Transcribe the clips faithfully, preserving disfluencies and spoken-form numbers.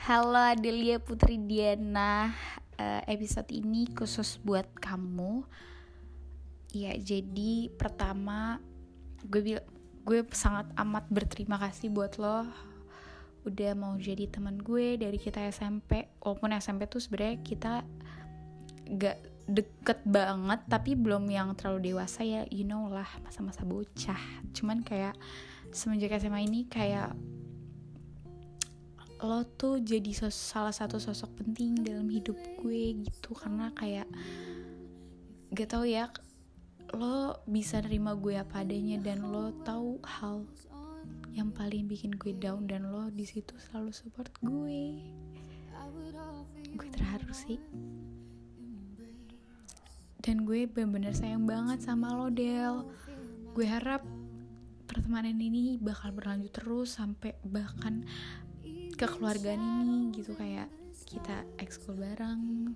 Halo Adelia Putri Diana, uh, episode ini khusus buat kamu. Ya, jadi pertama gue bil- gue sangat amat berterima kasih buat lo udah mau jadi teman gue dari kita S M P. Walaupun S M P tuh sebenarnya kita gak deket banget, tapi belum yang terlalu dewasa ya, you know lah, masa-masa bocah. Cuman kayak semenjak S M A ini kayak lo tuh jadi sos- salah satu sosok penting dalam hidup gue gitu, karena kayak gak tau ya, lo bisa nerima gue apa adanya dan lo tahu hal yang paling bikin gue down dan lo di situ selalu support gue. Gue terharu sih, dan gue bener-bener sayang banget sama lo, Del. Gue harap pertemanan ini bakal berlanjut terus sampai bahkan kekeluargaan ini gitu, kayak kita ekskul bareng,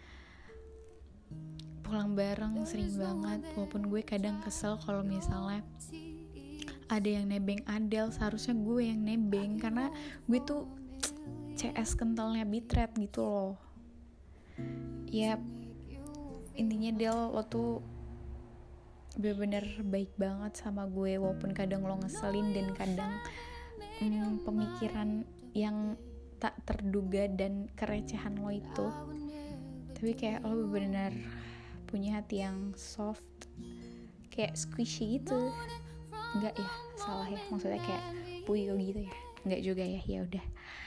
pulang bareng sering banget. Walaupun gue kadang kesel kalau misalnya ada yang nebeng Adel, seharusnya gue yang nebeng, karena gue tuh C S kentalnya bitret gitu loh. Ya intinya Del, lo tuh bener-bener baik banget sama gue, walaupun kadang lo ngeselin dan kadang hmm, pemikiran yang tak terduga dan kerecehan lo itu, tapi kayak lo bener-bener punya hati yang soft, kayak squishy gitu. Enggak ya, salah ya, maksudnya kayak puyuh gitu ya, enggak juga ya, ya udah.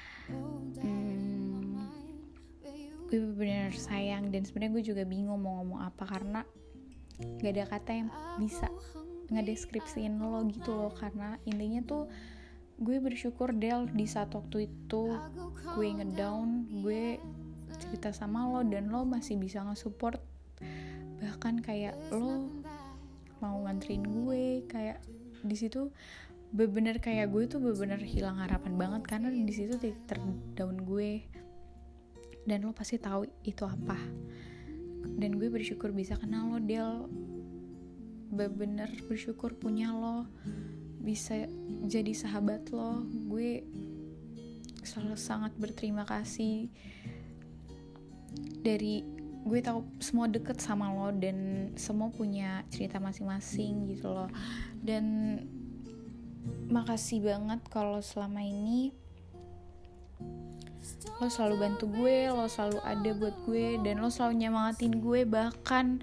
hmm, gue bener-bener sayang, dan sebenarnya gue juga bingung mau ngomong apa karena gak ada kata yang bisa ngedeskripsiin lo gitu loh. Karena intinya tuh gue bersyukur Del, di saat waktu itu gue ngedown, gue cerita sama lo dan lo masih bisa nge-support. Bahkan kayak lo mau nganterin gue, kayak di situ bener-bener kayak gue tuh bener-bener hilang harapan banget karena di situ titik terdown gue, dan lo pasti tahu itu apa. Dan gue bersyukur bisa kenal lo, Del. Bener-bener bersyukur punya lo, bisa jadi sahabat lo. Gue selalu sangat berterima kasih. Dari gue tahu semua deket sama lo dan semua punya cerita masing-masing gitu loh. Dan makasih banget kalau selama ini lo selalu bantu gue, lo selalu ada buat gue, dan lo selalu nyemangatin gue. Bahkan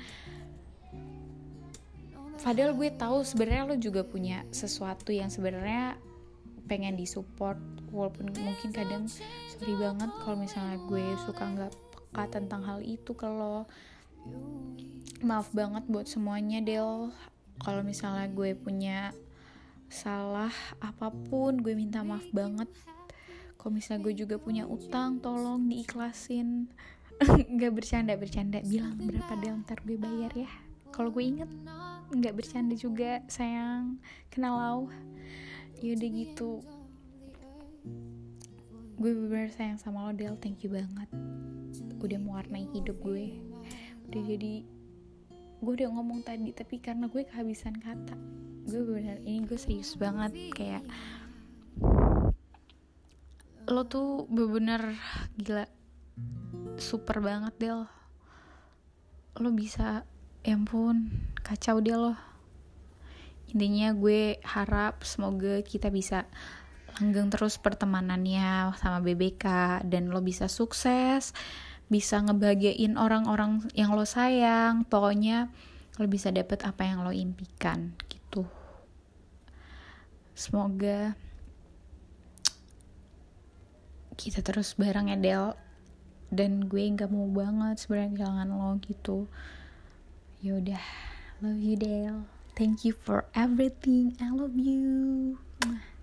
padahal gue tahu sebenarnya lo juga punya sesuatu yang sebenarnya pengen disupport, walaupun mungkin kadang sorry banget kalau misalnya gue suka nggak peka tentang hal itu ke lo. Maaf banget buat semuanya, Del. Kalau misalnya gue punya salah apapun, gue minta maaf banget. Kalau misalnya gue juga punya utang, tolong diikhlasin. Nggak bercanda bercanda bilang berapa, Del, ntar gue bayar ya. Kalau gue inget, nggak bercanda juga sayang, kenal lau. Yaudah gitu, gue bener-bener sayang sama lo, Del. Thank you banget udah mewarnai hidup gue. Udah jadi, gue udah ngomong tadi tapi karena gue kehabisan kata. Gue bener, ini gue serius banget, kayak lo tuh bener-bener gila, super banget, Del. Lo bisa, ya ampun, kacau dia lo. Intinya gue harap semoga kita bisa langgeng terus pertemanannya sama B B K, dan lo bisa sukses, bisa ngebahagiain orang-orang yang lo sayang. Pokoknya lo bisa dapet apa yang lo impikan gitu. Semoga kita terus bareng ya, Del. Dan gue gak mau banget sebenarnya kehilangan lo gitu. Yaudah, love you, Del. Thank you for everything. I love you.